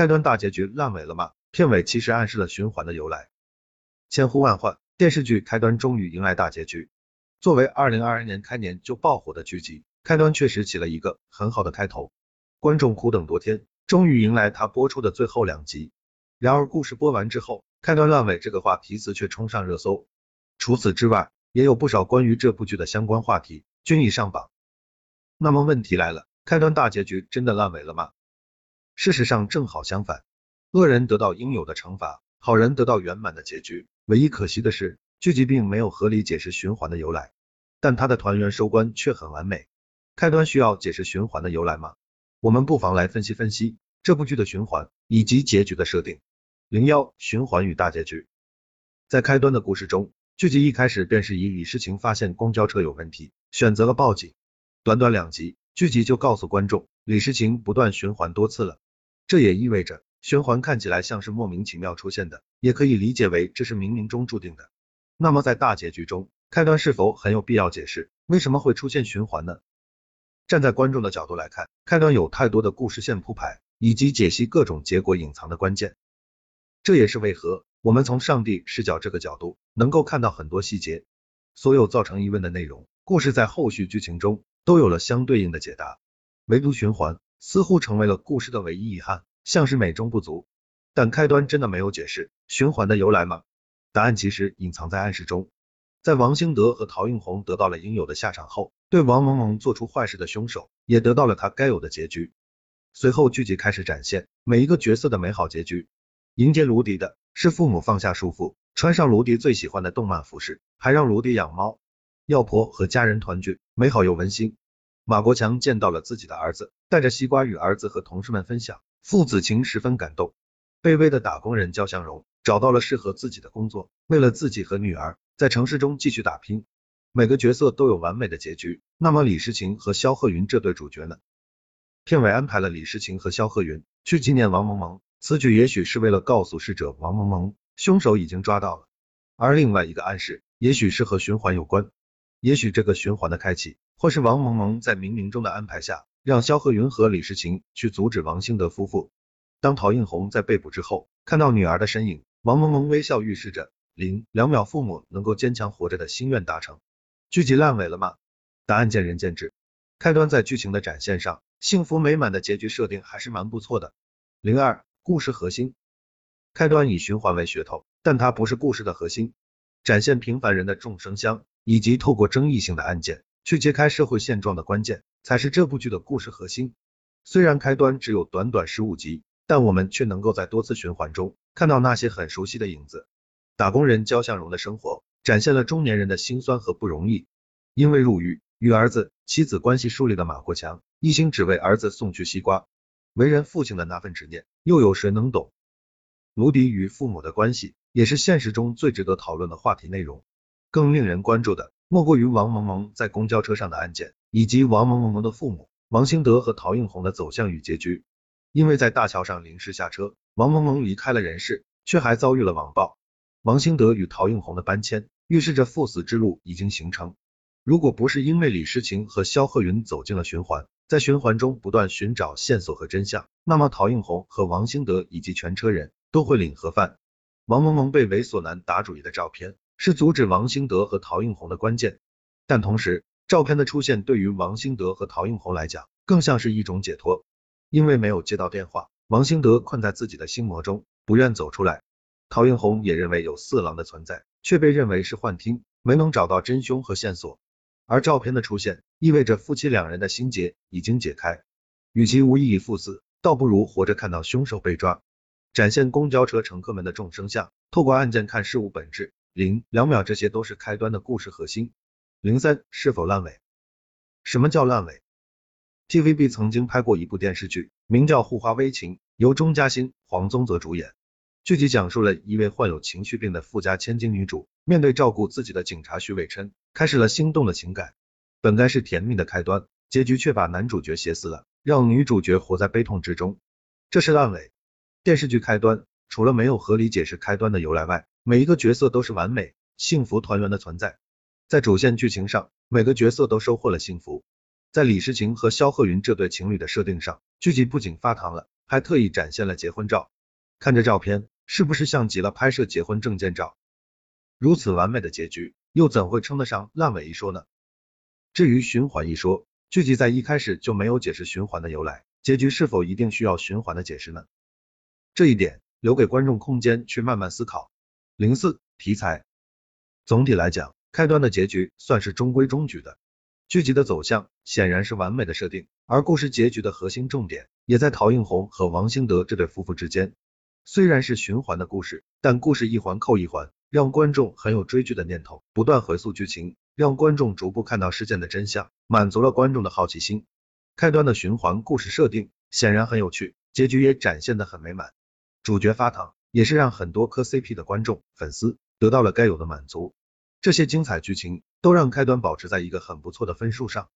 开端大结局烂尾了吗？片尾其实暗示了循环的由来。千呼万唤，电视剧开端终于迎来大结局。作为2022年开年就爆火的剧集，开端确实起了一个很好的开头。观众苦等多天，终于迎来它播出的最后2集。然而故事播完之后，开端烂尾这个话题词却冲上热搜。除此之外，也有不少关于这部剧的相关话题均已上榜。那么问题来了，开端大结局真的烂尾了吗？事实上正好相反，恶人得到应有的惩罚，好人得到圆满的结局。唯一可惜的是，剧集并没有合理解释循环的由来，但它的团圆收官却很完美。开端需要解释循环的由来吗？我们不妨来分析分析这部剧的循环以及结局的设定。01循环与大结局。在开端的故事中，剧集一开始便是以李诗情发现公交车有问题，选择了报警。短短2集，剧集就告诉观众，李诗情不断循环多次了。这也意味着循环看起来像是莫名其妙出现的，也可以理解为这是冥冥中注定的。那么在大结局中，开端是否很有必要解释为什么会出现循环呢？站在观众的角度来看，开端有太多的故事线铺排，以及解析各种结果隐藏的关键。这也是为何我们从上帝视角这个角度能够看到很多细节，所有造成疑问的内容，故事在后续剧情中都有了相对应的解答。唯独循环似乎成为了故事的唯一遗憾，像是美中不足。但开端真的没有解释循环的由来吗？答案其实隐藏在暗示中。在王兴德和陶映红得到了应有的下场后，对王萌萌做出坏事的凶手也得到了他该有的结局。随后剧集开始展现每一个角色的美好结局。迎接卢迪的是父母放下束缚，穿上卢迪最喜欢的动漫服饰，还让卢迪养猫。药婆和家人团聚，美好又温馨。马国强见到了自己的儿子，带着西瓜与儿子和同事们分享，父子情十分感动。卑微的打工人焦向荣找到了适合自己的工作，为了自己和女儿，在城市中继续打拼。每个角色都有完美的结局，那么李诗情和肖鹤云这对主角呢？片尾安排了李诗情和肖鹤云去纪念王萌萌，此举也许是为了告诉逝者王萌萌，凶手已经抓到了。而另外一个暗示，也许是和循环有关。也许这个循环的开启，或是王萌萌在冥冥中的安排下，让肖鹤云和李诗情去阻止王兴德夫妇。当陶映红在被捕之后，看到女儿的身影，王萌萌微笑预示着2秒父母能够坚强活着的心愿达成。剧集烂尾了吗？答案见仁见智。开端在剧情的展现上，幸福美满的结局设定还是蛮不错的。02故事核心。开端以循环为噱头，但它不是故事的核心。展现平凡人的众生相，以及透过争议性的案件去揭开社会现状的关键，才是这部剧的故事核心。虽然开端只有短短15集，但我们却能够在多次循环中看到那些很熟悉的影子。打工人焦向荣的生活，展现了中年人的辛酸和不容易。因为入狱，与儿子、妻子关系疏离的马国强，一心只为儿子送去西瓜。为人父亲的那份执念，又有谁能懂？卢迪与父母的关系，也是现实中最值得讨论的话题内容。更令人关注的，莫过于王萌萌在公交车上的案件，以及王萌萌的父母王兴德和陶映红的走向与结局。因为在大桥上临时下车，王萌萌离开了人世，却还遭遇了网暴。王兴德与陶映红的搬迁，预示着父死之路已经形成。如果不是因为李诗情和肖鹤云走进了循环，在循环中不断寻找线索和真相，那么陶映红和王兴德以及全车人都会领盒饭。王萌萌被猥琐男打主意的照片，是阻止王兴德和陶映红的关键。但同时，照片的出现对于王兴德和陶映红来讲，更像是一种解脱。因为没有接到电话，王兴德困在自己的心魔中，不愿走出来。陶映红也认为有4郎的存在，却被认为是幻听，没能找到真凶和线索。而照片的出现，意味着夫妻2人的心结已经解开。与其无意义赴死，倒不如活着看到凶手被抓。展现公交车乘客们的众生相，透过案件看事物本质。2秒，这些都是开端的故事核心。03是否烂尾？什么叫烂尾？ TVB 曾经拍过一部电视剧，名叫《护花微情》，由钟嘉欣、黄宗泽主演。剧集讲述了一位患有情绪病的富家千金女主，面对照顾自己的警察徐伟琛，开始了心动的情感。本该是甜蜜的开端，结局却把男主角写死了，让女主角活在悲痛之中。这是烂尾。电视剧开端，除了没有合理解释开端的由来外，每一个角色都是完美、幸福团圆的存在。在主线剧情上，每个角色都收获了幸福。在李诗情和肖鹤云这对情侣的设定上，剧集不仅发糖了， 还特意展现了结婚照。看这照片，是不是像极了拍摄结婚证件照？如此完美的结局，又怎会称得上烂尾一说呢？至于循环一说，剧集在一开始就没有解释循环的由来，结局是否一定需要循环的解释呢？这一点留给观众空间去慢慢思考。04题材，总体来讲，开端的结局算是中规中矩的。剧集的走向显然是完美的设定，而故事结局的核心重点也在陶映红和王兴德这对夫妇之间。虽然是循环的故事，但故事一环扣一环，让观众很有追剧的念头，不断回溯剧情，让观众逐步看到事件的真相，满足了观众的好奇心。开端的循环故事设定显然很有趣，结局也展现得很美满。主角发糖也是让很多磕 CP 的观众粉丝得到了该有的满足。这些精彩剧情都让开端保持在一个很不错的分数上。